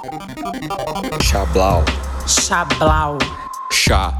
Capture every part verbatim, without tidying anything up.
Chablau. Chablau. Chá.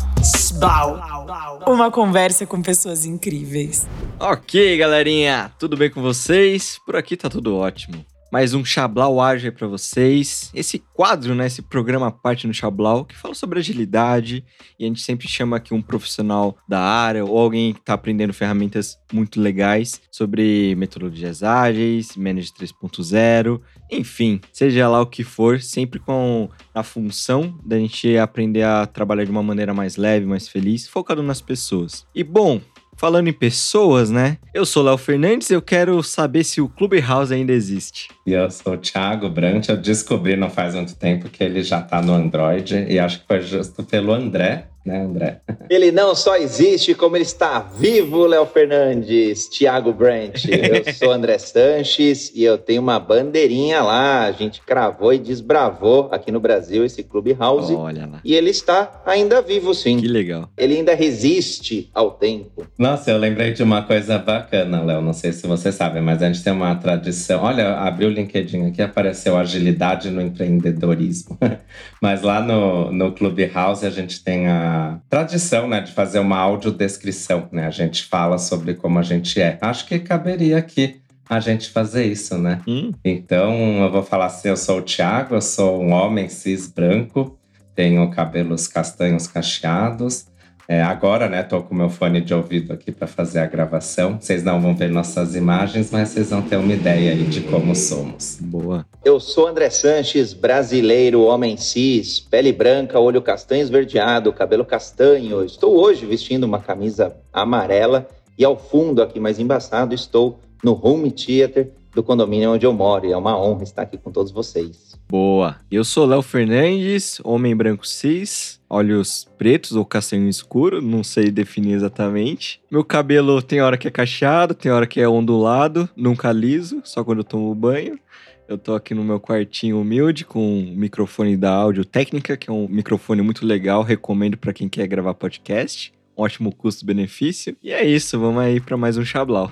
Chablau. Uma conversa com pessoas incríveis. Ok, galerinha, tudo bem com vocês? Por aqui tá tudo ótimo. Mais um Chablau Ágil aí pra vocês. Esse quadro, né, esse programa à parte no Chablau, que fala sobre agilidade. E a gente sempre chama aqui um profissional da área ou alguém que tá aprendendo ferramentas muito legais sobre metodologias ágeis, Manage três ponto zero, enfim, seja lá o que for, sempre com a função da gente aprender a trabalhar de uma maneira mais leve, mais feliz, focado nas pessoas. E bom, falando em pessoas, né? Eu sou Léo Fernandes e eu quero saber se o Clubhouse ainda existe. E eu sou o Thiago Brant. Eu descobri não faz muito tempo que ele já tá no Android. E acho que foi justo pelo André, né, André? Ele não só existe, como ele está vivo, Léo Fernandes, Thiago Brant. Eu sou André Sanches e eu tenho uma bandeirinha lá. A gente cravou e desbravou aqui no Brasil esse Clubhouse. Olha lá. E ele está ainda vivo, sim. Que legal. Ele ainda resiste ao tempo. Nossa, eu lembrei de uma coisa bacana, Léo. Não sei se você sabe, mas a gente tem uma tradição. Olha, abriu o LinkedIn aqui, apareceu agilidade no empreendedorismo. Mas lá no, no Clubhouse a gente tem a tradição, né, de fazer uma audiodescrição, né? A gente fala sobre como a gente é. Acho que caberia aqui a gente fazer isso, né? Hum. Então, eu vou falar assim, eu sou o Thiago, eu sou um homem cis branco, tenho cabelos castanhos cacheados. É, agora, né, tô com meu fone de ouvido aqui para fazer a gravação. Vocês não vão ver nossas imagens, mas vocês vão ter uma ideia aí de como somos. Boa. Eu sou André Sanches, brasileiro, homem cis, pele branca, olho castanho esverdeado, cabelo castanho. Estou hoje vestindo uma camisa amarela e ao fundo, aqui mais embaçado, estou no home theater do condomínio onde eu moro. E é uma honra estar aqui com todos vocês. Boa. Eu sou Léo Fernandes, homem branco cis, olhos pretos ou castanho escuro, não sei definir exatamente. Meu cabelo tem hora que é cacheado, tem hora que é ondulado, nunca liso, só quando eu tomo banho. Eu tô aqui no meu quartinho humilde com um microfone da Audio Técnica, que é um microfone muito legal, recomendo para quem quer gravar podcast. Um ótimo custo-benefício. E é isso, vamos aí para mais um Chablau.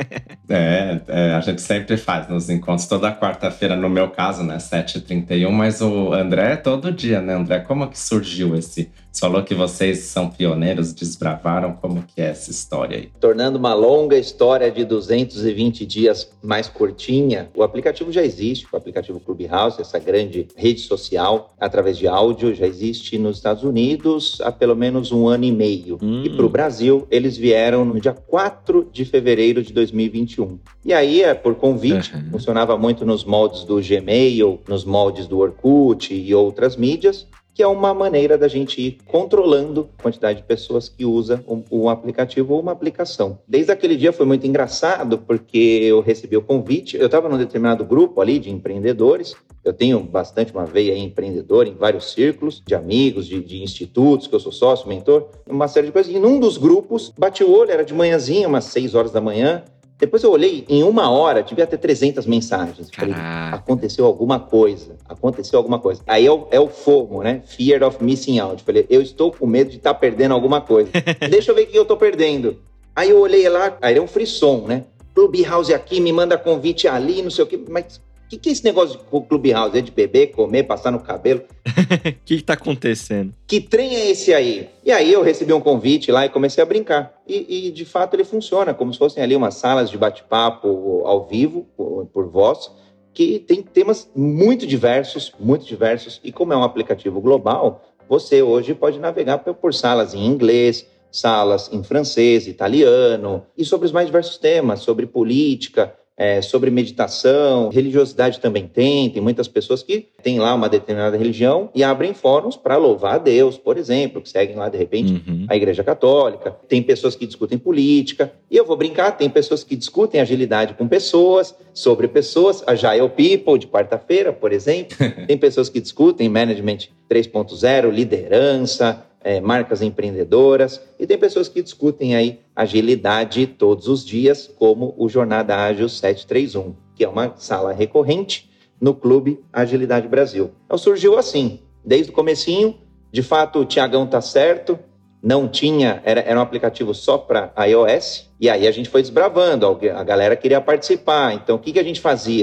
é, é, a gente sempre faz nos encontros, toda quarta-feira, no meu caso, né, sete e trinta e um, mas o André é todo dia, né, André? Como que surgiu esse... Você falou que vocês são pioneiros, desbravaram, como que é essa história aí? Tornando uma longa história de duzentos e vinte dias mais curtinha, o aplicativo já existe, o aplicativo Clubhouse, essa grande rede social, através de áudio, já existe nos Estados Unidos há pelo menos um ano e meio. Hum. E para o Brasil, eles vieram no dia quatro de fevereiro de dois mil e vinte e um. E aí, é por convite, uhum. Funcionava muito nos moldes do Gmail, nos moldes do Orkut e outras mídias, que é uma maneira da gente ir controlando a quantidade de pessoas que usam um, um aplicativo ou uma aplicação. Desde aquele dia foi muito engraçado, porque eu recebi o convite, eu estava num determinado grupo ali de empreendedores, eu tenho bastante uma veia empreendedora em vários círculos, de amigos, de, de institutos, que eu sou sócio, mentor, uma série de coisas. E num dos grupos, bati o olho, era de manhãzinha, umas seis horas da manhã. Depois eu olhei, em uma hora, devia ter trezentas mensagens. Falei, aconteceu alguma coisa, aconteceu alguma coisa. Aí é o, é o FOMO, né? Fear of Missing Out. Falei, eu estou com medo de estar tá perdendo alguma coisa. Deixa eu ver o que eu estou perdendo. Aí eu olhei lá, aí é um frisson, né? Clubhouse aqui, me manda convite ali, não sei o quê. Mas o que, que é esse negócio de Clubhouse? É de beber, comer, passar no cabelo? O que está acontecendo? Que trem é esse aí? E aí eu recebi um convite lá e comecei a brincar. E, e de fato ele funciona, como se fossem ali umas salas de bate-papo ao vivo, por, por voz, que tem temas muito diversos, muito diversos. E como é um aplicativo global, você hoje pode navegar por, por salas em inglês, salas em francês, italiano, e sobre os mais diversos temas, sobre política, É, sobre meditação, religiosidade também tem, tem muitas pessoas que têm lá uma determinada religião e abrem fóruns para louvar a Deus, por exemplo, que seguem lá de repente uhum. a Igreja Católica, tem pessoas que discutem política, e eu vou brincar, tem pessoas que discutem agilidade com pessoas, sobre pessoas, a Agile People de quarta-feira, por exemplo, tem pessoas que discutem Management três ponto zero, liderança, É, marcas empreendedoras, e tem pessoas que discutem aí agilidade todos os dias, como o Jornada Ágil sete três um, que é uma sala recorrente no Clube Agilidade Brasil. Então surgiu assim, desde o comecinho, de fato o Thiagão tá certo, não tinha, era, era um aplicativo só para iOS, e aí a gente foi desbravando, a galera queria participar, então o que, que a gente fazia?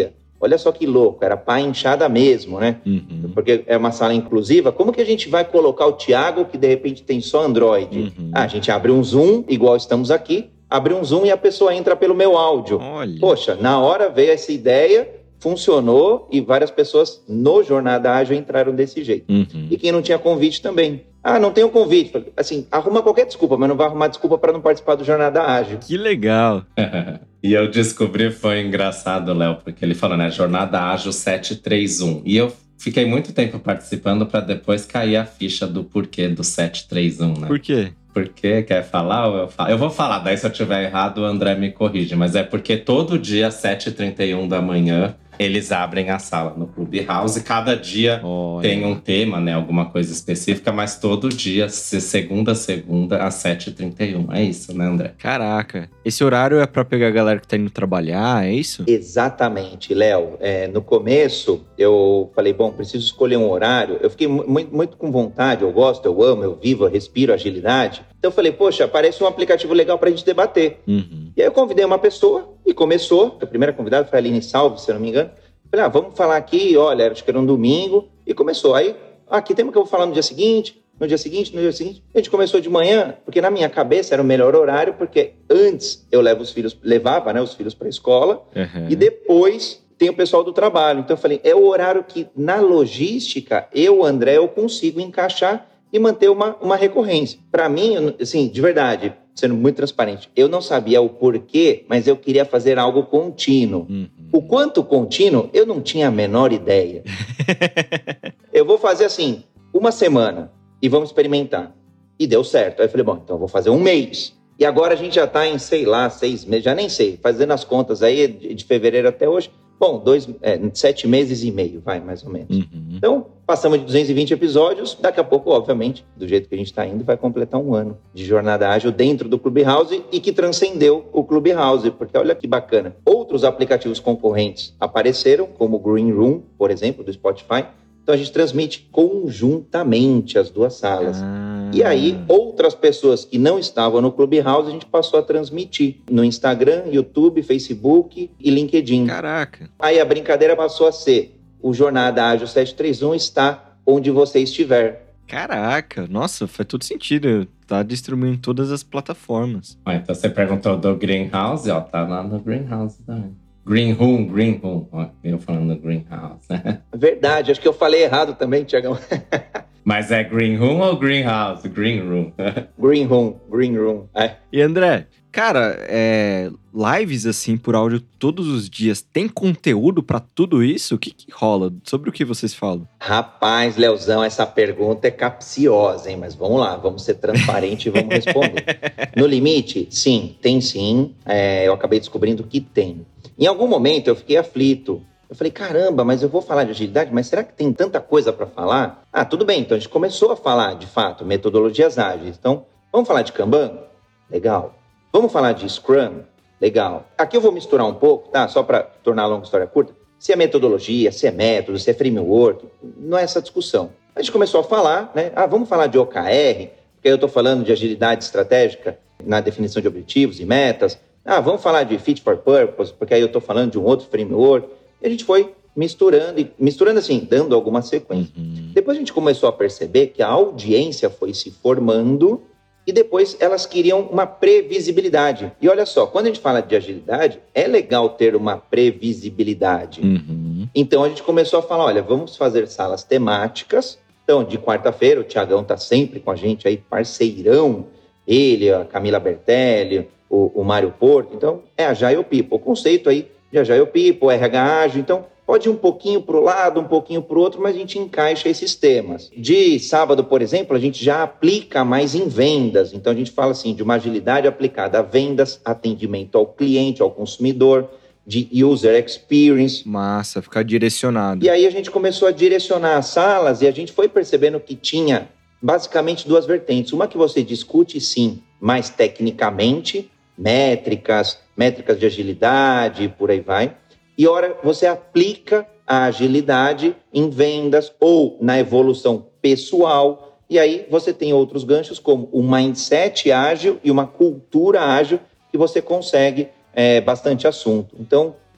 Olha só que louco, era pá inchada mesmo, né? Uhum. Porque é uma sala inclusiva. Como que a gente vai colocar o Thiago, que de repente tem só Android? Uhum. Ah, a gente abre um Zoom, igual estamos aqui, abre um Zoom e a pessoa entra pelo meu áudio. Olha. Poxa, na hora veio essa ideia, funcionou e várias pessoas no Jornada Ágil entraram desse jeito. Uhum. E quem não tinha convite também. Ah, não tem um convite. Assim, arruma qualquer desculpa, mas não vai arrumar desculpa para não participar do Jornada Ágil. Que legal. E eu descobri, foi engraçado, Léo, porque ele falou, né, Jornada Ágil sete três um. E eu fiquei muito tempo participando para depois cair a ficha do porquê do sete três um, né? Por quê? Porque, quer falar ou eu falo? Eu vou falar, daí se eu tiver errado o André me corrige. Mas é porque todo dia, sete e trinta e um da manhã, eles abrem a sala no Clubhouse. Cada dia Olha. tem um tema, né? Alguma coisa específica, mas todo dia, se segunda a segunda, às sete e trinta e um. É isso, né, André? Caraca. Esse horário é pra pegar a galera que tá indo trabalhar, é isso? Exatamente, Léo. É, no começo, eu falei, bom, preciso escolher um horário. Eu fiquei muito, muito com vontade, eu gosto, eu amo, eu vivo, eu respiro agilidade. Então eu falei, poxa, parece um aplicativo legal pra gente debater. Uhum. E aí eu convidei uma pessoa e começou. A primeira convidada foi a Aline Salve, se eu não me engano. Falei, ah, vamos falar aqui, olha, acho que era um domingo. E começou. Aí, ah, que tema que eu vou falar no dia seguinte? No dia seguinte, no dia seguinte. A gente começou de manhã, porque na minha cabeça era o melhor horário, porque antes eu levo os filhos, levava, né, os filhos para a escola, Uhum. e depois tem o pessoal do trabalho. Então eu falei, é o horário que na logística, eu, André, eu consigo encaixar e manter uma, uma recorrência. Para mim, assim, de verdade, sendo muito transparente, eu não sabia o porquê, mas eu queria fazer algo contínuo. Uhum. O quanto contínuo, eu não tinha a menor ideia. Eu vou fazer assim, uma semana, e vamos experimentar. E deu certo. Aí eu falei, bom, então eu vou fazer um mês. E agora a gente já está em, sei lá, seis meses, já nem sei, fazendo as contas aí, de, de fevereiro até hoje, bom, dois, é, sete meses e meio, vai, mais ou menos. Uhum. Então, passamos de duzentos e vinte episódios, daqui a pouco, obviamente, do jeito que a gente está indo, vai completar um ano de jornada ágil dentro do Clubhouse e que transcendeu o Clubhouse, porque olha que bacana. Outros aplicativos concorrentes apareceram, como o Green Room, por exemplo, do Spotify. Então, a gente transmite conjuntamente as duas salas. Ah. E aí, outras pessoas que não estavam no Clubhouse, a gente passou a transmitir no Instagram, YouTube, Facebook e LinkedIn. Caraca. Aí a brincadeira passou a ser: o Jornada Ágil sete três um está onde você estiver. Caraca. Nossa, faz todo sentido. Tá distribuindo em todas as plataformas. Ah, então você perguntou do Greenhouse, ó, tá lá no Greenhouse também. Green Room, Green Room. Ó, eu falando do Greenhouse, né? Verdade, acho que eu falei errado também, Tiagão. Mas é Green Room ou Greenhouse? Green Room. Green Room, Green Room. É. E André, cara, é, lives assim por áudio todos os dias, tem conteúdo pra tudo isso? O que que rola? Sobre o que vocês falam? Rapaz, Leozão, essa pergunta é capciosa, hein? Mas vamos lá, vamos ser transparentes e vamos responder. No limite, sim, tem sim. É, eu acabei descobrindo que tem. Em algum momento eu fiquei aflito. Eu falei, caramba, mas eu vou falar de agilidade, mas será que tem tanta coisa para falar? Ah, tudo bem, então a gente começou a falar, de fato, metodologias ágeis. Então, vamos falar de Kanban? Legal. Vamos falar de Scrum? Legal. Aqui eu vou misturar um pouco, tá? Só para tornar a longa história curta. Se é metodologia, se é método, se é framework, não é essa discussão. A gente começou a falar, né? Ah, vamos falar de O K R, porque eu estou falando de agilidade estratégica na definição de objetivos e metas. Ah, vamos falar de Fit for Purpose, porque aí eu estou falando de um outro framework. E a gente foi misturando, e misturando assim, dando alguma sequência. Uhum. Depois a gente começou a perceber que a audiência foi se formando e depois elas queriam uma previsibilidade. E olha só, quando a gente fala de agilidade, é legal ter uma previsibilidade. Uhum. Então a gente começou a falar, olha, vamos fazer salas temáticas. Então, de quarta-feira, o Thiagão está sempre com a gente aí, parceirão. Ele, a Camila Bertelli, o, o Mário Porto. Então, é Agile People. O conceito aí de Agile People, R H Ágil. Então, pode ir um pouquinho para o lado, um pouquinho para o outro, mas a gente encaixa esses temas. De sábado, por exemplo, a gente já aplica mais em vendas. Então, a gente fala assim, de uma agilidade aplicada a vendas, atendimento ao cliente, ao consumidor, de user experience. Massa, ficar direcionado. E aí a gente começou a direcionar as salas e a gente foi percebendo que tinha basicamente duas vertentes. Uma que você discute, sim, mais tecnicamente, métricas, métricas de agilidade, por aí vai. E ora, você aplica a agilidade em vendas ou na evolução pessoal. E aí você tem outros ganchos como um mindset ágil e uma cultura ágil que você consegue é, bastante assunto. Então,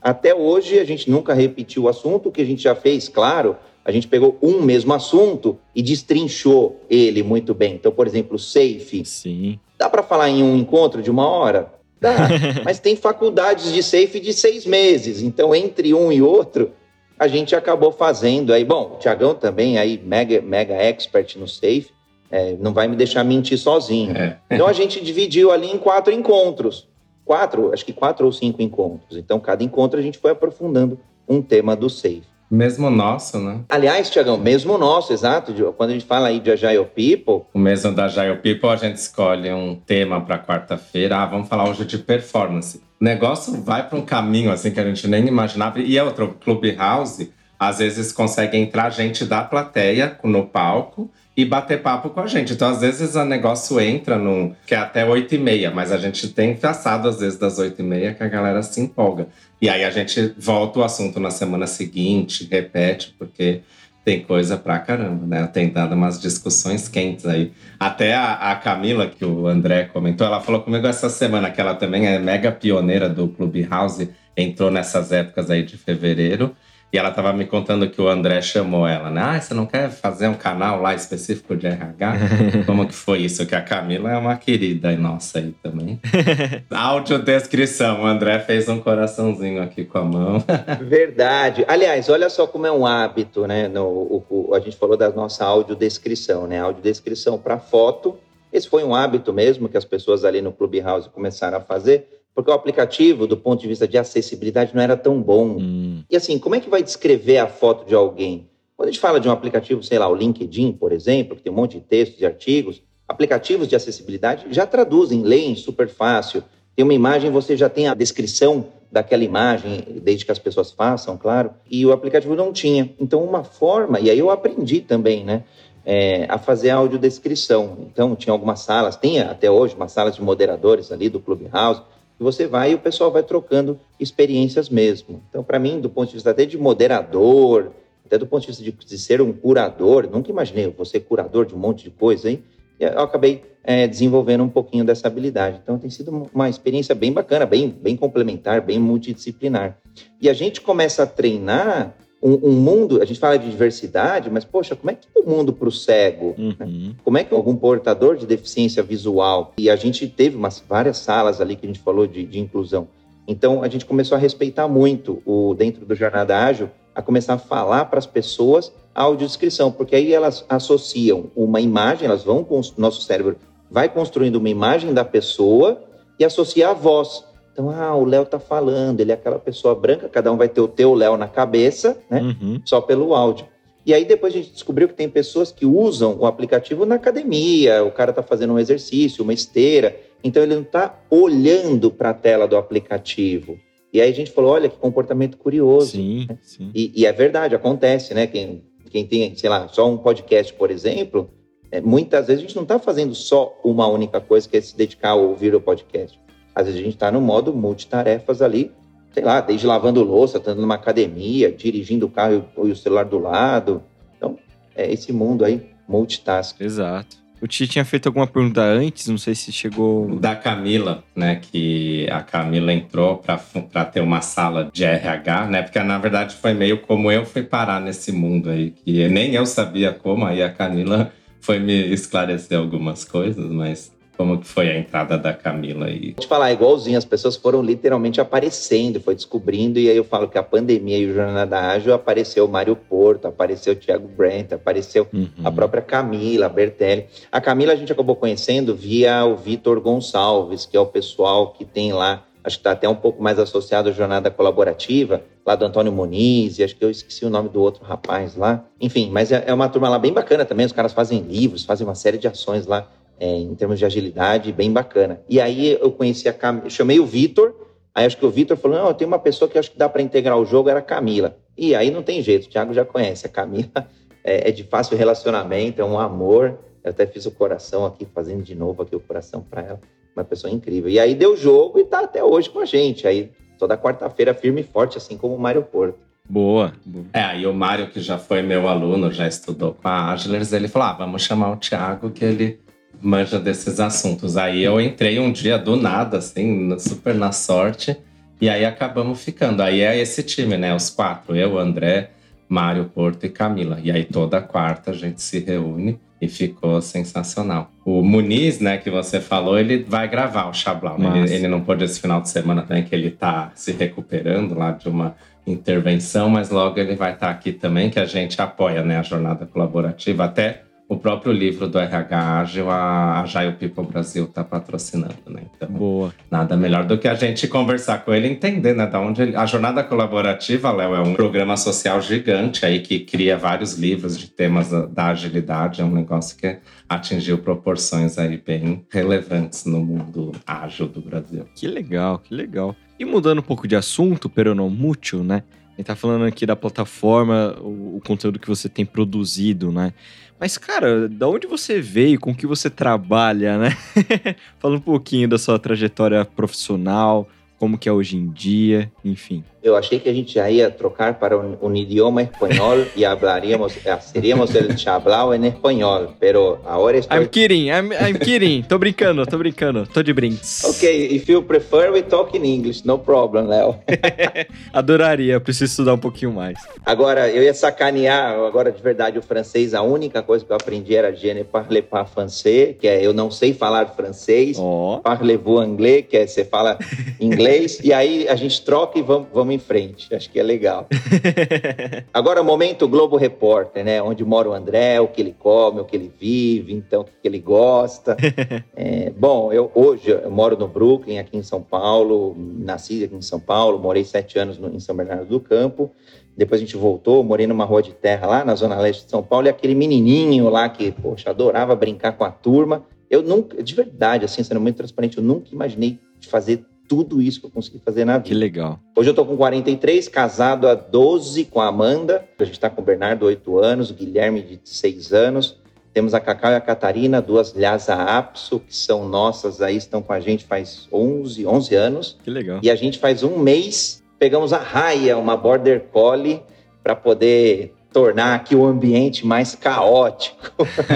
Até hoje, a gente nunca repetiu o assunto. O que a gente já fez, claro, a gente pegou um mesmo assunto e destrinchou ele muito bem. Então, por exemplo, safe. Sim. Dá para falar em um encontro de uma hora? Dá, mas tem faculdades de safe de seis meses. Então, entre um e outro, a gente acabou fazendo. Aí, bom, o Thiagão também, aí, mega, mega expert no safe, é, não vai me deixar mentir sozinho. É. Então, a gente dividiu ali em quatro encontros. Quatro, acho que quatro ou cinco encontros. Então, cada encontro a gente foi aprofundando um tema do safe. Mesmo nosso, né? Aliás, Thiagão, mesmo nosso, exato. Quando a gente fala aí de Agile People... O mesmo da Agile People, a gente escolhe um tema para quarta-feira. Ah, vamos falar hoje de performance. O negócio vai para um caminho assim que a gente nem imaginava. E é outro, Clubhouse, às vezes consegue entrar gente da plateia no palco e bater papo com a gente. Então, às vezes, o negócio entra num... que é até oito e meia, mas a gente tem passado, às vezes, das oito e meia, que a galera se empolga. E aí a gente volta o assunto na semana seguinte, repete, porque tem coisa pra caramba, né? Tem dado umas discussões quentes aí. Até a, a Camila, que o André comentou, ela falou comigo essa semana, que ela também é mega pioneira do Clubhouse, entrou nessas épocas aí de fevereiro. E ela estava me contando que o André chamou ela, né? Ah, você não quer fazer um canal lá específico de R H? Como que foi isso? Que a Camila é uma querida nossa aí também. Audiodescrição, o André fez um coraçãozinho aqui com a mão. Verdade. Aliás, olha só como é um hábito, né? No, o, o, a gente falou da nossa audiodescrição, né? Audiodescrição para foto. Esse foi um hábito mesmo que as pessoas ali no Clubhouse começaram a fazer. Porque o aplicativo, do ponto de vista de acessibilidade, não era tão bom. Hum. E assim, como é que vai descrever a foto de alguém? Quando a gente fala de um aplicativo, sei lá, o LinkedIn, por exemplo, que tem um monte de textos e artigos, aplicativos de acessibilidade já traduzem, leem super fácil. Tem uma imagem, você já tem a descrição daquela imagem, desde que as pessoas façam, claro. E o aplicativo não tinha. Então, uma forma, e aí eu aprendi também, né? É, a fazer a audiodescrição. Então, tinha algumas salas, tem até hoje umas salas de moderadores ali do Clubhouse, e você vai e o pessoal vai trocando experiências mesmo. Então, para mim, do ponto de vista até de moderador, até do ponto de vista de, de ser um curador, nunca imaginei eu vou ser curador de um monte de coisa, hein? E eu acabei é, desenvolvendo um pouquinho dessa habilidade. Então, tem sido uma experiência bem bacana, bem, bem complementar, bem multidisciplinar. E a gente começa a treinar um, um mundo, a gente fala de diversidade, mas, poxa, como é que é o mundo para o cego? Uhum. Né? Como é que algum portador de deficiência visual? E a gente teve umas, várias salas ali que a gente falou de, de inclusão. Então, a gente começou a respeitar muito, o, dentro do Jornada Ágil, a começar a falar para as pessoas a audiodescrição, porque aí elas associam uma imagem, elas vão, nosso cérebro vai construindo uma imagem da pessoa e associa a voz. Então, ah, o Léo tá falando, ele é aquela pessoa branca, cada um vai ter o teu Léo na cabeça, né? Uhum. Só pelo áudio. E aí depois a gente descobriu que tem pessoas que usam o aplicativo na academia, o cara tá fazendo um exercício, uma esteira, então ele não tá olhando para a tela do aplicativo. E aí a gente falou, olha que comportamento curioso. Sim, né? sim. E, e é verdade, acontece, né? Quem, quem tem, sei lá, só um podcast, por exemplo, é, muitas vezes a gente não tá fazendo só uma única coisa, que é se dedicar a ouvir o podcast. Às vezes a gente está no modo multitarefas ali, sei lá, desde lavando louça, estando numa academia, dirigindo o carro e o celular do lado. Então, é esse mundo aí, multitask. Exato. O Ti tinha feito alguma pergunta antes, não sei se chegou... Da Camila, né, que a Camila entrou para ter uma sala de R H, né, porque na verdade foi meio como eu fui parar nesse mundo aí, que nem eu sabia como, aí a Camila foi me esclarecer algumas coisas, mas... Como que foi a entrada da Camila aí? Vou te falar, igualzinho, as pessoas foram literalmente aparecendo, foi descobrindo, e aí eu falo que a pandemia e o Jornada Ágil apareceu o Mário Porto, apareceu o Thiago Brent, apareceu uhum. a própria Camila, a Bertelli. A Camila a gente acabou conhecendo via o Vitor Gonçalves, que é o pessoal que tem lá, acho que está até um pouco mais associado à Jornada Colaborativa, lá do Antônio Muniz, e acho que eu esqueci o nome do outro rapaz lá. Enfim, mas é uma turma lá bem bacana também, os caras fazem livros, fazem uma série de ações lá, É, em termos de agilidade, bem bacana. E aí eu conheci a Camila, chamei o Vitor, aí acho que o Vitor falou, não, eu tenho uma pessoa que acho que dá para integrar o jogo, era a Camila. E aí não tem jeito, o Thiago já conhece, a Camila é, é de fácil relacionamento, é um amor, eu até fiz o coração aqui, fazendo de novo aqui o coração para ela, uma pessoa incrível. E aí deu jogo e tá até hoje com a gente, aí toda quarta-feira firme e forte, assim como o Mário Porto. Boa. É, aí o Mário, que já foi meu aluno, já estudou com a Agilers, ele falou, ah, vamos chamar o Thiago, que ele... manja desses assuntos. Aí eu entrei um dia do nada, assim, super na sorte, E aí acabamos ficando. Aí é esse time, né? Os quatro, eu, André, Mário, Porto e Camila. E aí toda quarta a gente se reúne e ficou sensacional. O Muniz, né, que você falou, ele vai gravar o Xablau. Ele, ele não pôde esse final de semana também, que ele tá se recuperando lá de uma intervenção, mas logo ele vai estar aqui também, que a gente apoia, né, a jornada colaborativa. Até o próprio livro do R H Ágil, a Agile People Brasil está patrocinando, né? Então, boa. Nada melhor do que a gente conversar com ele e entender, né, da onde ele... A jornada colaborativa, Léo, é um programa social gigante aí que cria vários livros de temas da, da agilidade. É um negócio que atingiu proporções aí bem relevantes no mundo ágil do Brasil. Que legal, que legal. E mudando um pouco de assunto, peronomútil, né? A gente tá falando aqui da plataforma, o, o conteúdo que você tem produzido, né? Mas, cara, da onde você veio, com que você trabalha, né? Fala um pouquinho da sua trajetória profissional, como que é hoje em dia, enfim. Eu achei que a gente já ia trocar para um, um idioma espanhol e hablaríamos, seríamos el Xablau em espanhol, pero agora estou... I'm kidding, I'm, I'm kidding, tô brincando, tô brincando, tô de brinks. Ok, if you prefer, we talk in English, no problem, Léo. Adoraria, preciso estudar um pouquinho mais. Agora, eu ia sacanear, agora de verdade, o francês, a única coisa que eu aprendi era je ne parle pas français, que é eu não sei falar francês, oh. Parlez-vous anglais, que é você fala inglês, e aí a gente troca e vamos, vamos em frente, acho que é legal. Agora, momento Globo Repórter, né? Onde mora o André, o que ele come, o que ele vive, então o que ele gosta. É, bom, eu hoje eu moro no Brooklyn, aqui em São Paulo, nasci aqui em São Paulo, morei sete anos no, em São Bernardo do Campo. Depois a gente voltou, morei numa rua de terra lá na Zona Leste de São Paulo, e aquele menininho lá que, poxa, adorava brincar com a turma. Eu nunca, de verdade, assim, sendo muito transparente, eu nunca imaginei de fazer tudo isso que eu consegui fazer na vida. Que legal. Hoje eu tô com quarenta e três, casado há doze com a Amanda. A gente tá com o Bernardo, oito anos, o Guilherme, de seis anos. Temos a Cacau e a Catarina, duas Lhasa Apso, que são nossas aí, estão com a gente faz onze, onze anos. Que legal. E a gente faz um mês, pegamos a Raya, uma Border Collie, para poder tornar aqui o ambiente mais caótico,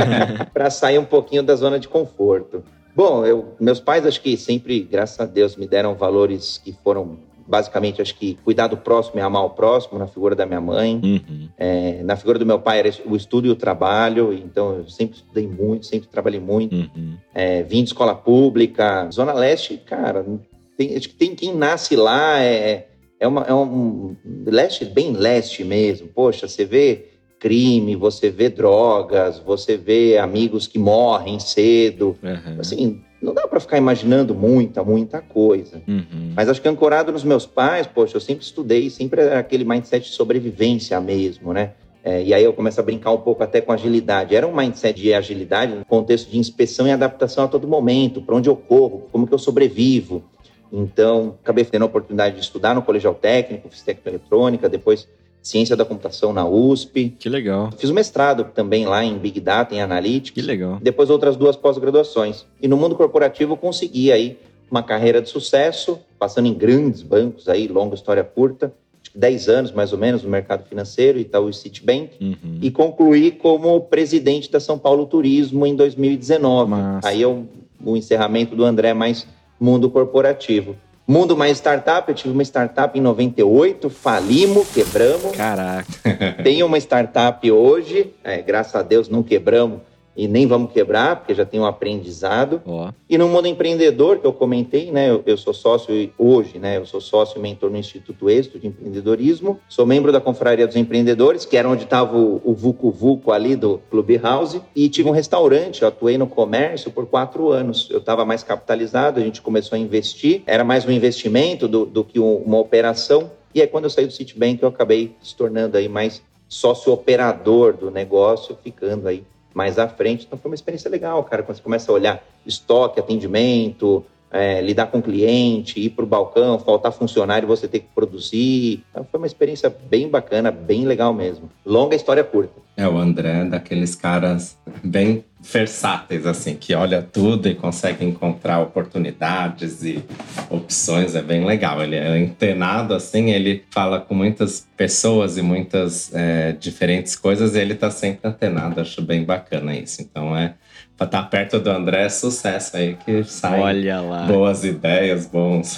para sair um pouquinho da zona de conforto. Bom, eu, meus pais, acho que sempre, graças a Deus, me deram valores que foram, basicamente, acho que cuidar do próximo e amar o próximo, na figura da minha mãe. Uhum. É, na figura do meu pai era o estudo e o trabalho, então eu sempre estudei muito, sempre trabalhei muito. Uhum. É, vim de escola pública. Zona Leste, cara, tem, acho que tem quem nasce lá, é, é, uma, é um leste, bem leste mesmo. Poxa, você vê crime, você vê drogas, você vê amigos que morrem cedo. Uhum. Assim, não dá para ficar imaginando muita, muita coisa. Uhum. Mas acho que ancorado nos meus pais, poxa, eu sempre estudei, sempre era aquele mindset de sobrevivência mesmo, né? É, e aí eu começo a brincar um pouco até com agilidade. Era um mindset de agilidade no contexto de inspeção e adaptação a todo momento, para onde eu corro, como que eu sobrevivo. Então, acabei tendo a oportunidade de estudar no colegial técnico, fiz técnica eletrônica, depois ciência da computação na U S P. Que legal. Fiz um mestrado também lá em Big Data, em Analytics. Que legal. Depois outras duas pós-graduações. E no mundo corporativo eu consegui aí uma carreira de sucesso, passando em grandes bancos aí, longa história curta, acho que dez anos mais ou menos no mercado financeiro, Itaú e Citibank, Uhum. e concluí como presidente da São Paulo Turismo em dois mil e dezenove. Massa. Aí é o, o encerramento do André mais mundo corporativo. Mundo mais startup, eu tive uma startup em noventa e oito, falimos, quebramos. Caraca. Tenho uma startup hoje, é, graças a Deus não quebramos e nem vamos quebrar, porque já tem um aprendizado. Ó. E no mundo empreendedor, que eu comentei, né, eu, eu sou sócio hoje, né, eu sou sócio e mentor no Instituto Êxito de Empreendedorismo, sou membro da Confraria dos Empreendedores, que era onde estava o, o Vucu Vucu ali do Clubhouse, e tive um restaurante, eu atuei no comércio por quatro anos. Eu estava mais capitalizado, a gente começou a investir, era mais um investimento do, do que um, uma operação, e aí quando eu saí do Citibank, eu acabei se tornando aí mais sócio-operador do negócio, ficando aí mais à frente. Então foi uma experiência legal, cara, quando você começa a olhar estoque, atendimento, é, lidar com o cliente, ir para o balcão, faltar funcionário e você ter que produzir. Então foi uma experiência bem bacana, bem legal mesmo. Longa história curta. É, o André é daqueles caras bem versáteis, assim, que olha tudo e consegue encontrar oportunidades e opções, é bem legal. Ele é antenado, assim, ele fala com muitas pessoas e muitas é, diferentes coisas e ele tá sempre antenado, acho bem bacana isso. Então, é, Pra estar perto do André é sucesso aí, que sai Olha lá. Boas ideias, bons.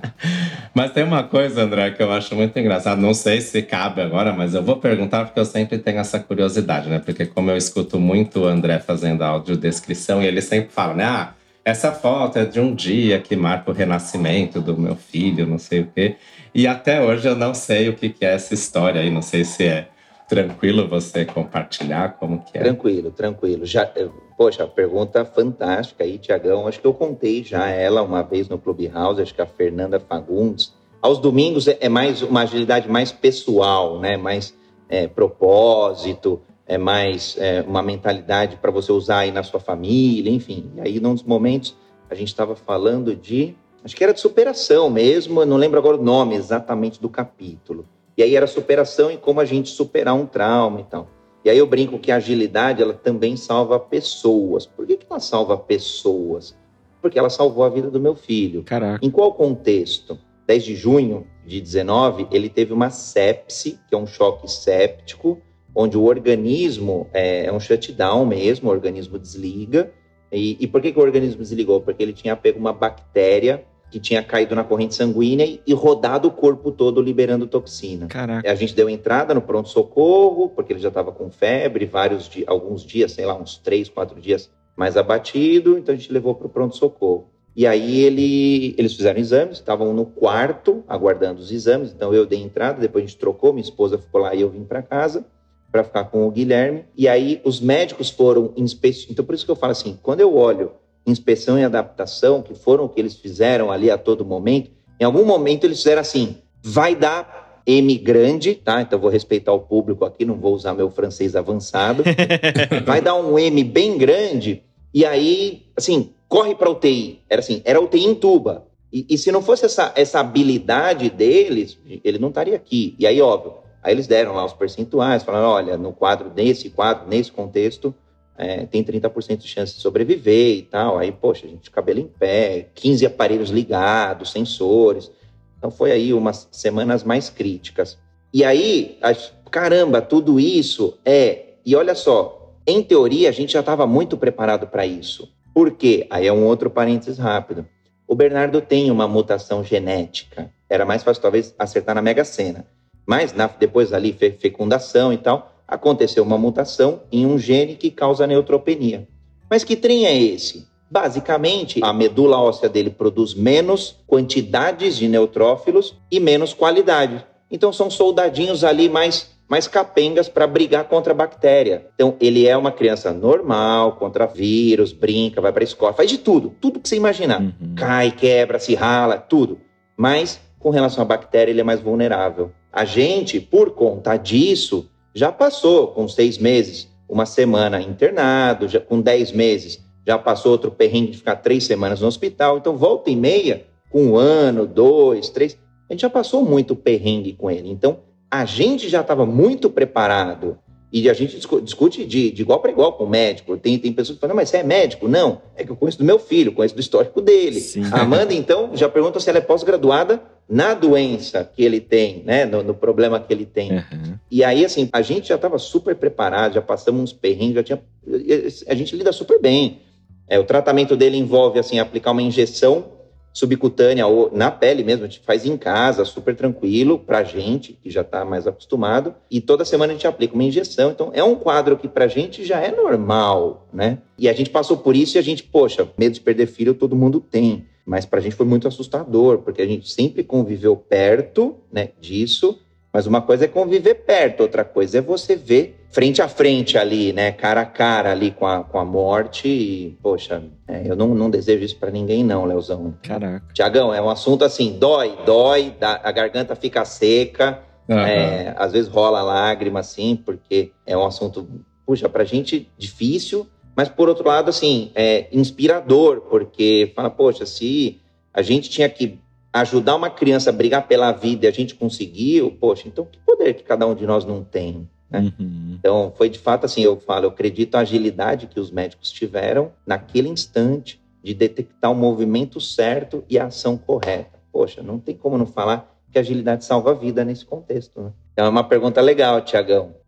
Mas tem uma coisa, André, que eu acho muito engraçado. Não sei se cabe agora, mas eu vou perguntar porque eu sempre tenho essa curiosidade, né? Porque como eu escuto muito o André fazendo audiodescrição, e ele sempre fala, né? Ah, essa foto é de um dia que marca o renascimento do meu filho, não sei o quê. E até hoje eu não sei o que é essa história aí. Não sei se é tranquilo você compartilhar como que é. Tranquilo, tranquilo. Já, poxa, pergunta fantástica aí, Tiagão. Acho que eu contei já ela uma vez no Clubhouse, acho que a Fernanda Fagundes. Aos domingos é mais uma agilidade mais pessoal, né? Mais é, propósito, é mais é, uma mentalidade para você usar aí na sua família, enfim. E aí, num dos momentos, a gente estava falando de... Acho que era de superação mesmo, eu não lembro agora o nome exatamente do capítulo. E aí era superação e como a gente superar um trauma e tal. E aí eu brinco que a agilidade, ela também salva pessoas. Por que que ela salva pessoas? Porque ela salvou a vida do meu filho. Caraca. Em qual contexto? dez de junho de dezenove, ele teve uma sepse, que é um choque séptico, onde o organismo é, é um shutdown mesmo, o organismo desliga. E, e por que que o organismo desligou? Porque ele tinha pego uma bactéria que tinha caído na corrente sanguínea e, e rodado o corpo todo liberando toxina. Caraca. A gente deu entrada no pronto-socorro, porque ele já estava com febre, vários dias, alguns dias, sei lá, uns três, quatro dias mais abatido, então a gente levou para o pronto-socorro. E aí ele, eles fizeram exames, estavam no quarto, aguardando os exames, então eu dei entrada, depois a gente trocou, minha esposa ficou lá e eu vim para casa para ficar com o Guilherme. E aí os médicos foram inspecionar. Então por isso que eu falo assim, quando eu olho inspeção e adaptação, que foram o que eles fizeram ali a todo momento, em algum momento eles fizeram assim, vai dar M grande, tá? Então eu vou respeitar o público aqui, não vou usar meu francês avançado. Vai dar um M bem grande, e aí, assim, corre para U T I. Era assim, era U T I em tuba. E, e se não fosse essa, essa habilidade deles, ele não estaria aqui. E aí, óbvio, aí eles deram lá os percentuais, falaram, olha, no quadro, nesse quadro, nesse contexto, É, tem trinta por cento de chance de sobreviver e tal. Aí, poxa, a gente cabelo em pé, quinze aparelhos ligados, sensores. Então, foi aí umas semanas mais críticas. E aí, a, caramba, tudo isso é... E olha só, em teoria, a gente já estava muito preparado para isso. Por quê? Aí é um outro parênteses rápido. O Bernardo tem uma mutação genética. Era mais fácil, talvez, acertar na Mega Sena. Mas, na, depois ali, fe, fecundação e tal... aconteceu uma mutação em um gene que causa neutropenia. Mas que trem é esse? Basicamente, a medula óssea dele produz menos quantidades de neutrófilos e menos qualidade. Então, são soldadinhos ali mais, mais capengas para brigar contra a bactéria. Então, ele é uma criança normal, contra vírus, brinca, vai para a escola, faz de tudo, tudo que você imaginar. Uhum. Cai, quebra, se rala, tudo. Mas, com relação à bactéria, ele é mais vulnerável. A gente, por conta disso, já passou com seis meses, uma semana internado, já, com dez meses, já passou outro perrengue de ficar três semanas no hospital. Então, volta e meia, com um ano, dois, três, a gente já passou muito perrengue com ele. Então, a gente já estava muito preparado. E a gente discute de, de igual para igual com o médico. Tem, tem pessoas que falam, mas você é médico? Não, é que eu conheço do meu filho, conheço do histórico dele. Sim. A Amanda, então, já pergunta se ela é pós-graduada na doença que ele tem, né? No, no problema que ele tem. Uhum. E aí, assim, a gente já estava super preparado, já passamos uns perrengues, já tinha... A gente lida super bem. É, o tratamento dele envolve, assim, aplicar uma injeção subcutânea ou na pele mesmo, a gente faz em casa, super tranquilo, pra gente, que já tá mais acostumado, e toda semana a gente aplica uma injeção. Então, é um quadro que pra gente já é normal, né? E a gente passou por isso e a gente, poxa, medo de perder filho todo mundo tem. Mas pra gente foi muito assustador, porque a gente sempre conviveu perto, né, disso. Mas uma coisa é conviver perto, outra coisa é você ver frente a frente ali, né, cara a cara ali com a, com a morte. E, poxa, é, eu não, não desejo isso pra ninguém não, Leozão. Caraca. Tiagão, é um assunto assim, dói, dói, a garganta fica seca, uhum. é, às vezes rola lágrima, assim, porque é um assunto, puxa, pra gente difícil, mas por outro lado, assim, é inspirador, porque fala, poxa, se a gente tinha que ajudar uma criança a brigar pela vida e a gente conseguiu, poxa, então que poder que cada um de nós não tem, né? Uhum. Então, foi de fato assim, eu falo, eu acredito a agilidade que os médicos tiveram naquele instante de detectar o movimento certo e a ação correta. Poxa, não tem como não falar que a agilidade salva a vida nesse contexto, né? Então, é uma pergunta legal, Tiagão.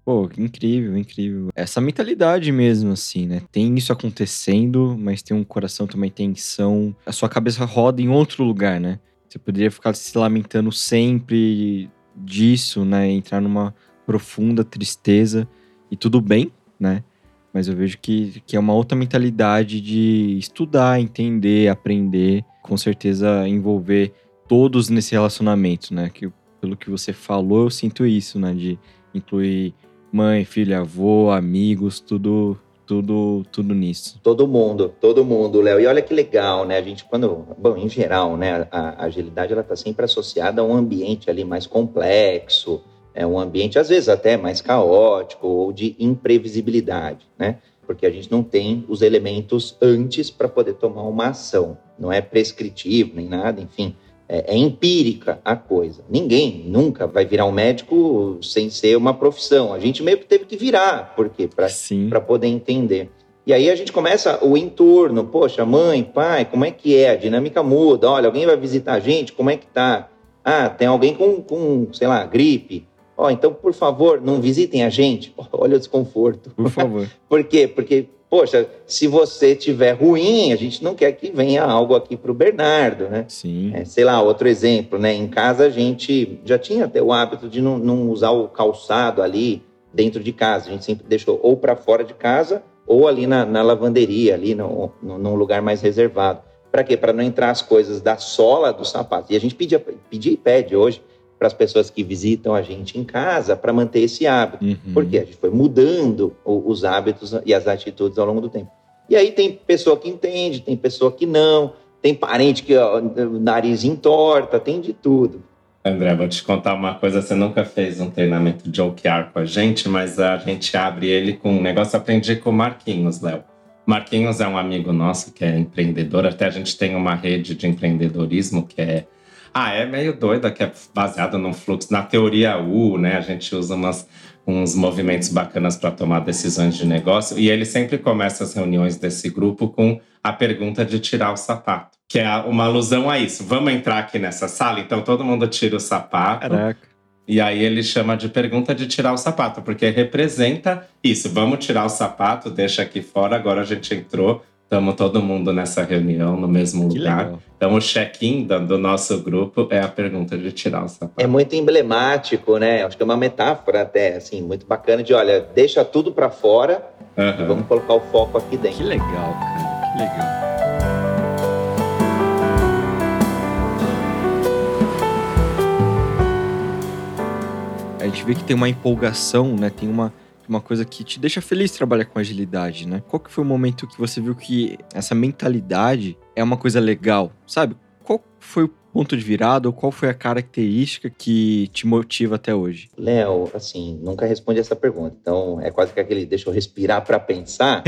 Pô, incrível, incrível. Essa mentalidade mesmo, assim, né? Tem isso acontecendo, mas tem um coração também, tensão. A sua cabeça roda em outro lugar, né? Você poderia ficar se lamentando sempre disso, né? Entrar numa profunda tristeza e tudo bem, né? Mas eu vejo que, que é uma outra mentalidade de estudar, entender, aprender. Com certeza envolver todos nesse relacionamento, né? Que pelo que você falou, eu sinto isso, né? De incluir mãe, filho, avô, amigos, tudo, tudo, tudo nisso. Todo mundo, todo mundo, Léo. E olha que legal, né? A gente, quando... Bom, em geral, né? A, a agilidade, ela está sempre associada a um ambiente ali mais complexo, é um ambiente, às vezes, até mais caótico ou de imprevisibilidade, né? Porque a gente não tem os elementos antes para poder tomar uma ação. Não é prescritivo, nem nada, enfim. É, é empírica a coisa. Ninguém nunca vai virar um médico sem ser uma profissão. A gente meio que teve que virar. Por quê? Para poder entender. E aí a gente começa o entorno. Poxa, mãe, pai, como é que é? A dinâmica muda. Olha, alguém vai visitar a gente? Como é que tá? Ah, tem alguém com, com sei lá, gripe. Ó, oh, então, por favor, não visitem a gente. Olha o desconforto. Por favor. Por quê? Porque, poxa, se você tiver ruim, a gente não quer que venha algo aqui para o Bernardo, né? Sim. É, sei lá, outro exemplo, né? Em casa a gente já tinha até o hábito de não, não usar o calçado ali dentro de casa. A gente sempre deixou ou para fora de casa ou ali na, na lavanderia, ali no, no, num lugar mais reservado. Para quê? Para não entrar as coisas da sola do sapato. E a gente pedia, pedia e pede hoje para as pessoas que visitam a gente em casa para manter esse hábito. Uhum. Porque a gente foi mudando os hábitos e as atitudes ao longo do tempo. E aí tem pessoa que entende, tem pessoa que não, tem parente que ó, o nariz entorta, tem de tudo. André, vou te contar uma coisa, você nunca fez um treinamento de O K R com a gente, mas a gente abre ele com um negócio, aprendi com o Marquinhos, Léo. Marquinhos é um amigo nosso que é empreendedor, até a gente tem uma rede de empreendedorismo que é Ah, é meio doida, que é baseada num fluxo, na teoria U, né? A gente usa umas, uns movimentos bacanas para tomar decisões de negócio. E ele sempre começa as reuniões desse grupo com a pergunta de tirar o sapato, que é uma alusão a isso. Vamos entrar aqui nessa sala? Então todo mundo tira o sapato. Caraca. E aí ele chama de pergunta de tirar o sapato, porque representa isso. Vamos tirar o sapato, deixa aqui fora, agora a gente entrou. Estamos todo mundo nessa reunião, no mesmo Que lugar. legal. Então, o check-in do nosso grupo é a pergunta de tirar o sapato. É muito emblemático, né? Acho que é uma metáfora até, assim, muito bacana de, olha, deixa tudo para fora Uhum. e vamos colocar o foco aqui dentro. Que legal, cara. Que legal. A gente vê que tem uma empolgação, né? Tem uma... uma coisa que te deixa feliz trabalhar com agilidade, né? Qual que foi o momento que você viu que essa mentalidade é uma coisa legal, sabe? Qual foi o ponto de virada ou qual foi a característica que te motiva até hoje? Léo, assim, nunca responde essa pergunta. Então, é quase que aquele deixa eu respirar para pensar.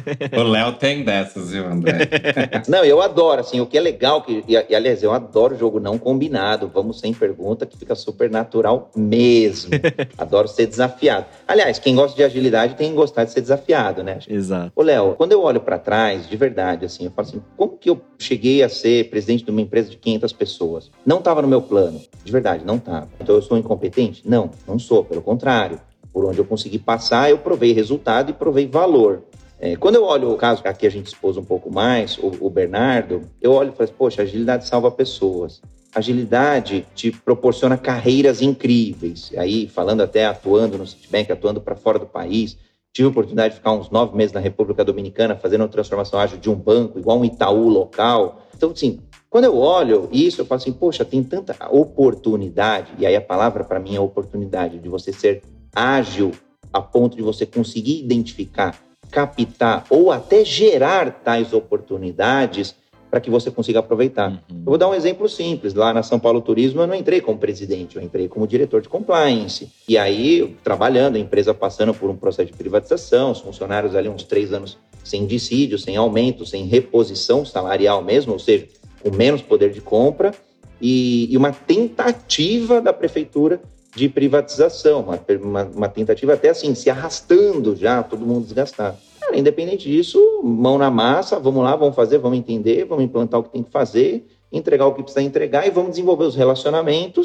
O Léo tem dessas, viu, André? Não, eu adoro, assim, o que é legal, que, e, e aliás, eu adoro jogo não combinado, vamos sem pergunta, que fica super natural mesmo. Adoro ser desafiado. Aliás, quem gosta de agilidade tem que gostar de ser desafiado, né? Exato. Ô, Léo, quando eu olho para trás, de verdade, assim, eu falo assim, como que eu cheguei a ser presidente de uma empresa de quinhentas pessoas? Não estava no meu plano, de verdade, não estava. Então eu sou incompetente? Não, não sou, pelo contrário. Por onde eu consegui passar, eu provei resultado e provei valor. É, quando eu olho o caso, aqui a gente expôs um pouco mais, o, o Bernardo, eu olho e falo, poxa, agilidade salva pessoas. Agilidade te proporciona carreiras incríveis. Aí, falando até atuando no Citibank, atuando para fora do país, tive a oportunidade de ficar uns nove meses na República Dominicana fazendo uma transformação ágil de um banco, igual um Itaú local. Então, assim, quando eu olho isso, eu falo assim, poxa, tem tanta oportunidade, e aí a palavra para mim é oportunidade, de você ser ágil a ponto de você conseguir identificar, captar ou até gerar tais oportunidades para que você consiga aproveitar. Uhum. Eu vou dar um exemplo simples. Lá na São Paulo Turismo, eu não entrei como presidente, eu entrei como diretor de compliance. E aí, trabalhando, a empresa passando por um processo de privatização, os funcionários ali uns três anos sem dissídio, sem aumento, sem reposição salarial mesmo, ou seja, com menos poder de compra, e, e uma tentativa da prefeitura de privatização, uma, uma, uma tentativa até assim, se arrastando já, todo mundo desgastado. Cara, independente disso, mão na massa, vamos lá, vamos fazer, vamos entender, vamos implantar o que tem que fazer, entregar o que precisa entregar e vamos desenvolver os relacionamentos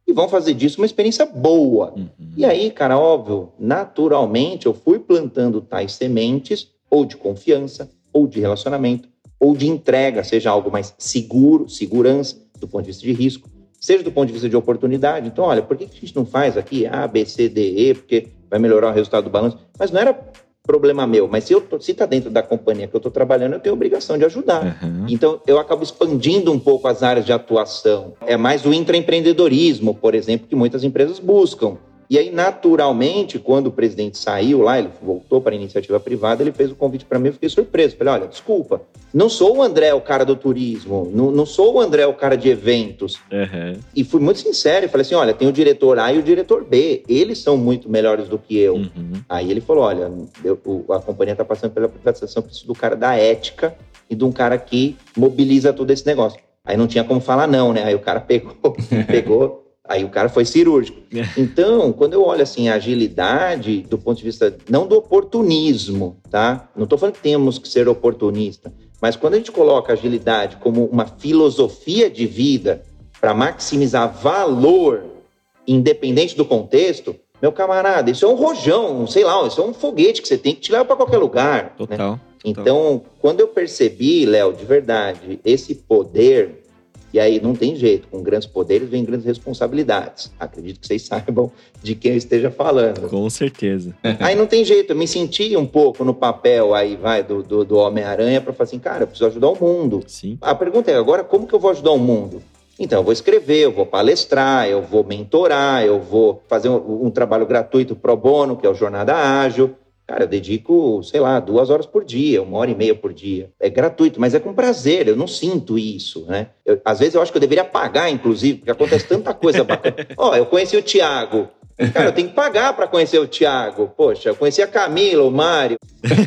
e vão fazer disso uma experiência boa. Uhum. E aí, cara, óbvio, naturalmente eu fui plantando tais sementes ou de confiança, ou de relacionamento, ou de entrega, seja algo mais seguro, segurança, do ponto de vista de risco, seja do ponto de vista de oportunidade. Então, olha, por que a gente não faz aqui A, B, C, D, E, porque vai melhorar o resultado do balanço? Mas não era problema meu, mas se eu tô, se está dentro da companhia que eu estou trabalhando, eu tenho a obrigação de ajudar. Uhum. Então, eu acabo expandindo um pouco as áreas de atuação. É mais o intraempreendedorismo, por exemplo, que muitas empresas buscam. E aí, naturalmente, quando o presidente saiu lá, ele voltou para a iniciativa privada, ele fez o convite para mim, eu fiquei surpreso. Falei, olha, desculpa, não sou o André, o cara do turismo, não, não sou o André, o cara de eventos. Uhum. E fui muito sincero, e falei assim, olha, tem o diretor A e o diretor B, eles são muito melhores do que eu. Uhum. Aí ele falou, olha, eu, a companhia está passando pela privatização, preciso do cara da ética e de um cara que mobiliza todo esse negócio. Aí não tinha como falar não, né? Aí o cara pegou, pegou... Aí o cara foi cirúrgico. Então, quando eu olho assim, a agilidade do ponto de vista, não do oportunismo, tá? Não estou falando que temos que ser oportunista, mas quando a gente coloca a agilidade como uma filosofia de vida para maximizar valor, independente do contexto, meu camarada, isso é um rojão, sei lá, isso é um foguete que você tem que te levar para qualquer lugar. Total, né? total. Então, quando eu percebi, Léo, de verdade, esse poder... E aí não tem jeito, com grandes poderes vem grandes responsabilidades. Acredito que vocês saibam de quem eu esteja falando. Com certeza. Aí não tem jeito, eu me senti um pouco no papel aí, vai, do, do, do Homem-Aranha para falar assim, cara, eu preciso ajudar o mundo. Sim. A pergunta é, agora como que eu vou ajudar o mundo? Então, eu vou escrever, eu vou palestrar, eu vou mentorar, eu vou fazer um, um trabalho gratuito pro bono, que é o Jornada Ágil. Cara, eu dedico, sei lá, duas horas por dia, uma hora e meia por dia. É gratuito, mas é com prazer, eu não sinto isso, né? Eu, às vezes eu acho que eu deveria pagar, inclusive, porque acontece tanta coisa bacana. Ó, oh, eu conheci o Thiago. Cara, eu tenho que pagar para conhecer o Thiago. Poxa, eu conheci a Camila, o Mário.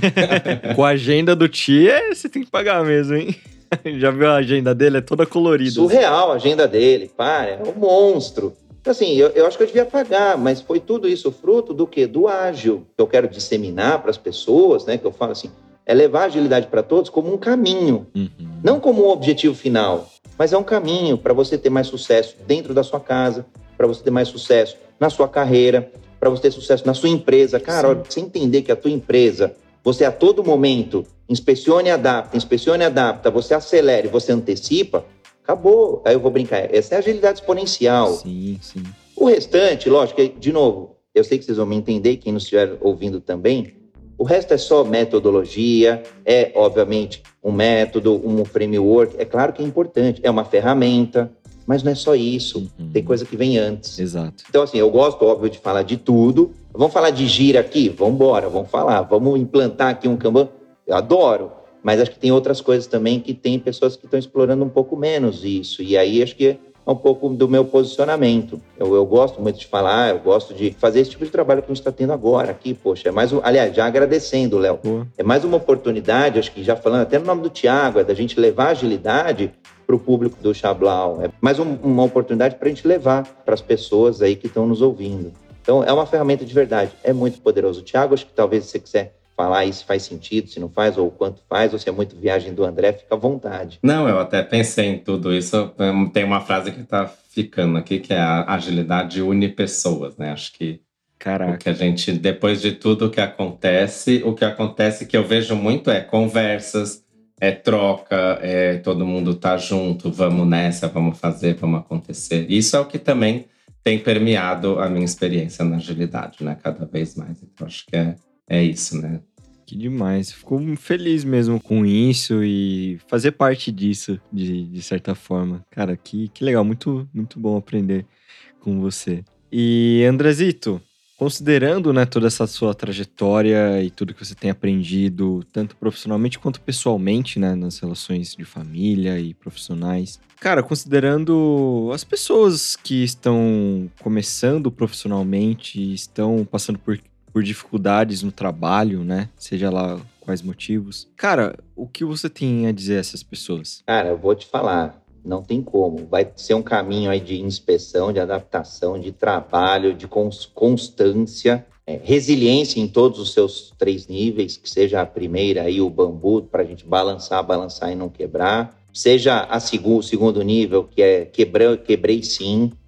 Com a agenda do Tia, você tem que pagar mesmo, hein? Já viu a agenda dele? É toda colorida. Surreal a agenda dele, para, é um monstro. Assim, eu, eu acho que eu devia pagar, mas foi tudo isso fruto do quê? Do ágil, que eu quero disseminar para as pessoas, né? Que eu falo assim, é levar a agilidade para todos como um caminho, uhum. Não como um objetivo final, mas é um caminho para você ter mais sucesso dentro da sua casa, para você ter mais sucesso na sua carreira, para você ter sucesso na sua empresa. Cara, olha, você entender que a tua empresa, você a todo momento inspecione e adapta, inspecione e adapta, você acelera e você antecipa, acabou. Aí eu vou brincar. Essa é a agilidade exponencial. Sim, sim. O restante, lógico, de novo, eu sei que vocês vão me entender, quem nos estiver ouvindo também, o resto é só metodologia, é, obviamente, um método, um framework. É claro que é importante, é uma ferramenta, mas não é só isso. Uhum. Tem coisa que vem antes. Exato. Então, assim, eu gosto, óbvio, de falar de tudo. Vamos falar de gira aqui? Vamos embora, vamos falar. Vamos implantar aqui um Kanban? Eu adoro. Mas acho que tem outras coisas também que tem pessoas que estão explorando um pouco menos isso. E aí acho que é um pouco do meu posicionamento. Eu, eu gosto muito de falar, eu gosto de fazer esse tipo de trabalho que a gente está tendo agora aqui. Poxa, é mais um... Aliás, já agradecendo, Léo. Uhum. É mais uma oportunidade, acho que já falando até no nome do Thiago, é da gente levar agilidade para o público do Xablau. É mais um, uma oportunidade para a gente levar para as pessoas aí que estão nos ouvindo. Então, é uma ferramenta de verdade. É muito poderoso. Thiago, acho que talvez se você quiser falar aí se faz sentido, se não faz, ou o quanto faz, ou se é muito viagem do André, fica à vontade. Não, eu até pensei em tudo isso. Tem uma frase que tá ficando aqui, que é a agilidade une pessoas, né? Acho que Caraca. o que a gente, depois de tudo que acontece, o que acontece que eu vejo muito é conversas, é troca, é todo mundo tá junto, vamos nessa, vamos fazer, vamos acontecer. Isso é o que também tem permeado a minha experiência na agilidade, né? Cada vez mais. Então, acho que é, é isso, né? Que demais. Fico feliz mesmo com isso e fazer parte disso, de, de certa forma. Cara, que, que legal. Muito, muito bom aprender com você. E, Andrezito, considerando, né, toda essa sua trajetória e tudo que você tem aprendido, tanto profissionalmente quanto pessoalmente, né, nas relações de família e profissionais. Cara, considerando as pessoas que estão começando profissionalmente, estão passando por por dificuldades no trabalho, né? Seja lá quais motivos. Cara, o que você tem a dizer a essas pessoas? Cara, eu vou te falar, não tem como. Vai ser um caminho aí de inspeção, de adaptação, de trabalho, de constância, é, resiliência em todos os seus três níveis, que seja a primeira aí, o bambu, para a gente balançar, balançar e não quebrar. Seja a seg- o segundo nível, que é quebra- quebrei sim,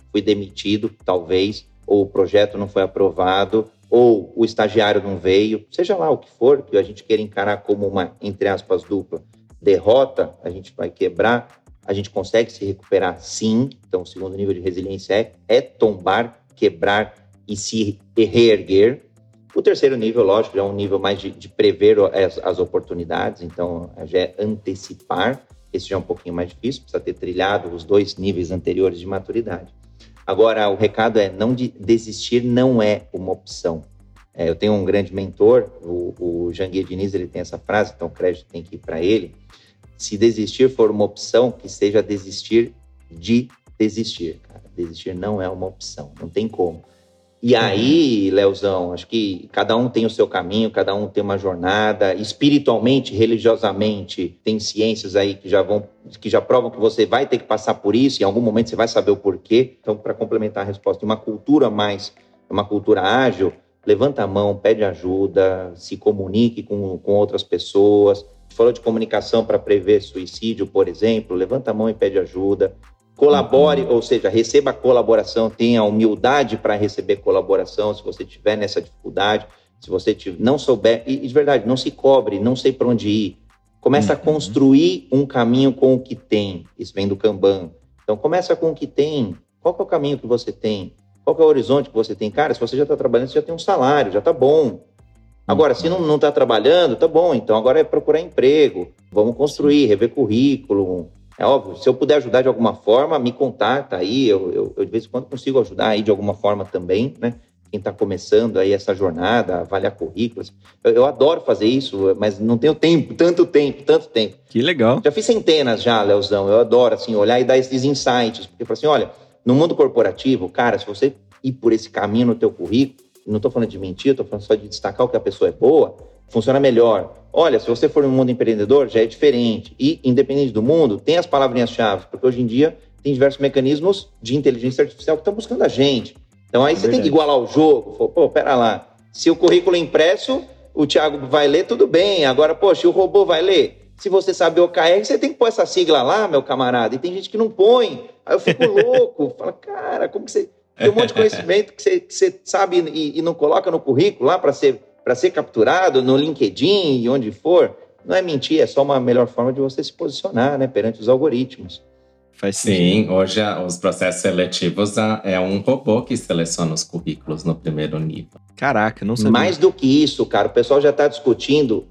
fui demitido, talvez, ou o projeto não foi aprovado, ou o estagiário não veio, seja lá o que for, que a gente queira encarar como uma, entre aspas, dupla derrota, a gente vai quebrar, a gente consegue se recuperar sim. Então, o segundo nível de resiliência é, é tombar, quebrar e se reerguer. O terceiro nível, lógico, já é um nível mais de, de prever as, as oportunidades, então já é antecipar. Esse já é um pouquinho mais difícil, precisa ter trilhado os dois níveis anteriores de maturidade. Agora, o recado é, não de, desistir não é uma opção. É, eu tenho um grande mentor, o, o Janguier Diniz, ele tem essa frase, então o crédito tem que ir para ele. Se desistir for uma opção, que seja desistir de desistir. Cara. Desistir não é uma opção, não tem como. E aí, Leozão, acho que cada um tem o seu caminho, cada um tem uma jornada. Espiritualmente, religiosamente, tem ciências aí que já vão, que já provam que você vai ter que passar por isso, e em algum momento você vai saber o porquê. Então, para complementar a resposta, uma cultura mais, uma cultura ágil, levanta a mão, pede ajuda, se comunique com, com outras pessoas. A gente falou de comunicação para prever suicídio, por exemplo, levanta a mão e pede ajuda. Colabore, uhum. ou seja, receba colaboração, tenha humildade para receber colaboração, se você tiver nessa dificuldade, se você tiver, não souber, e de verdade, não se cobre, não sei para onde ir. Começa uhum. a construir um caminho com o que tem. Isso vem do Kanban. Então, começa com o que tem. Qual que é o caminho que você tem? Qual que é o horizonte que você tem? Cara, se você já está trabalhando, você já tem um salário, já está bom. Agora, se não está trabalhando, tá bom. Então, agora é procurar emprego. Vamos construir, rever currículo. É óbvio, se eu puder ajudar de alguma forma, me contata aí, eu, eu, eu de vez em quando consigo ajudar aí de alguma forma também, né? Quem está começando aí essa jornada, avaliar currículos. Eu, eu adoro fazer isso, mas não tenho tempo, tanto tempo, tanto tempo. Que legal. Já fiz centenas já, Leozão, eu adoro, assim, olhar e dar esses insights, porque eu falo assim, olha, no mundo corporativo, cara, se você ir por esse caminho no teu currículo, não estou falando de mentir, estou falando só de destacar o que a pessoa é boa, funciona melhor. Olha, se você for no mundo empreendedor, já é diferente. E, independente do mundo, tem as palavrinhas-chave, porque hoje em dia tem diversos mecanismos de inteligência artificial que estão buscando a gente. Então aí é você verdade. Tem que igualar o jogo. Pô, pera lá. Se o currículo é impresso, o Thiago vai ler, tudo bem. Agora, poxa, o robô vai ler. Se você sabe o K R, você tem que pôr essa sigla lá, meu camarada. E tem gente que não põe. Aí eu fico louco. Fala, cara, como que você... Tem um monte de conhecimento que você, que você sabe e, e não coloca no currículo lá para ser... para ser capturado no LinkedIn e onde for, não é mentir, é só uma melhor forma de você se posicionar, né, perante os algoritmos. Faz Sim, hoje os processos seletivos é um robô que seleciona os currículos no primeiro nível. Caraca, não sabia. Mais do que isso, cara, o pessoal já está discutindo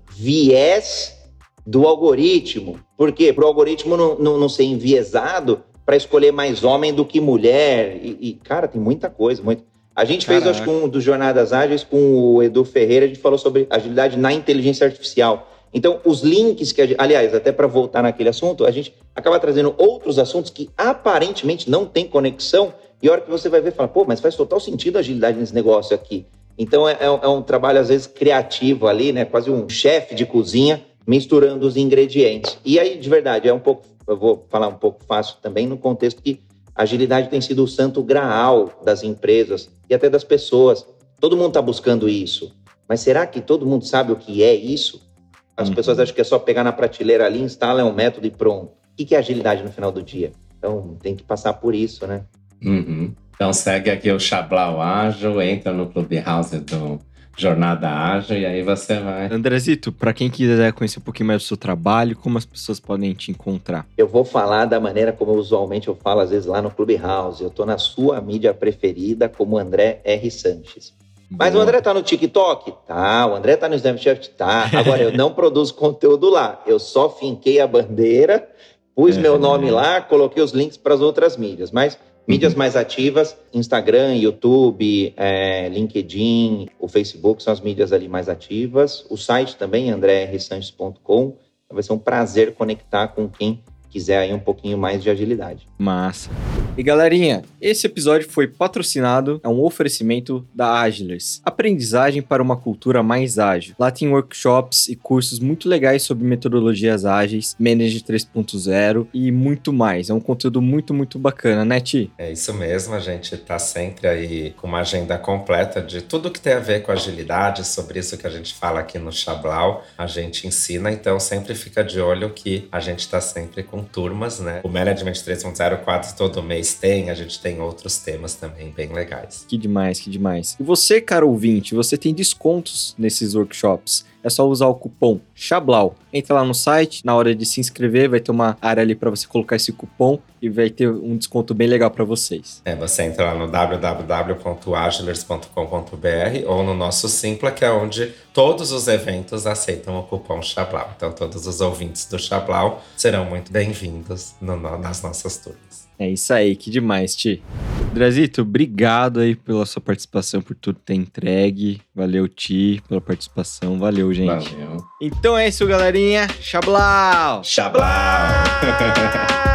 viés do algoritmo. Por quê? Para o algoritmo não, não, não ser enviesado para escolher mais homem do que mulher. E, e, cara, tem muita coisa, muito... A gente Caraca. fez, acho que um dos Jornadas Ágeis com o Edu Ferreira, a gente falou sobre agilidade na inteligência artificial. Então, os links que... A gente, aliás, até para voltar naquele assunto, a gente acaba trazendo outros assuntos que aparentemente não tem conexão, e a hora que você vai ver, fala, pô, mas faz total sentido a agilidade nesse negócio aqui. Então, é, é um trabalho, às vezes, criativo ali, né? Quase um chefe de cozinha misturando os ingredientes. E aí, de verdade, é um pouco... Eu vou falar um pouco fácil também no contexto que a agilidade tem sido o santo graal das empresas e até das pessoas. Todo mundo está buscando isso. Mas será que todo mundo sabe o que é isso? As uhum. pessoas acham que é só pegar na prateleira ali, instala um método e pronto. O que é agilidade no final do dia? Então, tem que passar por isso, né? Uhum. Então, segue aqui o Xablau Ágil, entra no Clubhouse do Jornada Ágil e aí você vai... Andrezito, para quem quiser conhecer um pouquinho mais do seu trabalho, como as pessoas podem te encontrar? Eu vou falar da maneira como usualmente eu falo, às vezes, lá no Clubhouse. Eu tô na sua mídia preferida como André R. Sanches. Mas Boa. O André tá no TikTok? Tá. O André tá no Snapchat? Tá. Agora, eu não produzo conteúdo lá. Eu só finquei a bandeira, pus é, meu nome é. lá, coloquei os links para as outras mídias. Mas... Mídias mais ativas, Instagram, YouTube, é, LinkedIn, o Facebook são as mídias ali mais ativas. O site também, andré r sanches ponto com. Vai ser um prazer conectar com quem quiser aí um pouquinho mais de agilidade. Massa. E galerinha, esse episódio foi patrocinado, é um oferecimento da Agilers, aprendizagem para uma cultura mais ágil. Lá tem workshops e cursos muito legais sobre metodologias ágeis, Manage três ponto zero e muito mais. É um conteúdo muito, muito bacana, né, Ti? É isso mesmo, a gente tá sempre aí com uma agenda completa de tudo que tem a ver com agilidade, sobre isso que a gente fala aqui no Xablau, a gente ensina, então sempre fica de olho que a gente tá sempre com com turmas, né? O Management três ponto zero quase todo mês tem, a gente tem outros temas também bem legais. Que demais, que demais. E você, cara ouvinte, você tem descontos nesses workshops. É só usar o cupom Xablau. Entra lá no site, na hora de se inscrever, vai ter uma área ali para você colocar esse cupom e vai ter um desconto bem legal para vocês. É, você entra lá no w w w ponto agilers ponto com ponto b r ou no nosso Simpla, que é onde todos os eventos aceitam o cupom Xablau. Então, todos os ouvintes do Xablau serão muito bem-vindos no, no, nas nossas turmas. É isso aí, que demais, Ti. Drazito, obrigado aí pela sua participação, por tudo ter entregue. Valeu, Ti, pela participação. Valeu, gente. Valeu. Então é isso, galerinha. Xablau! Xablau!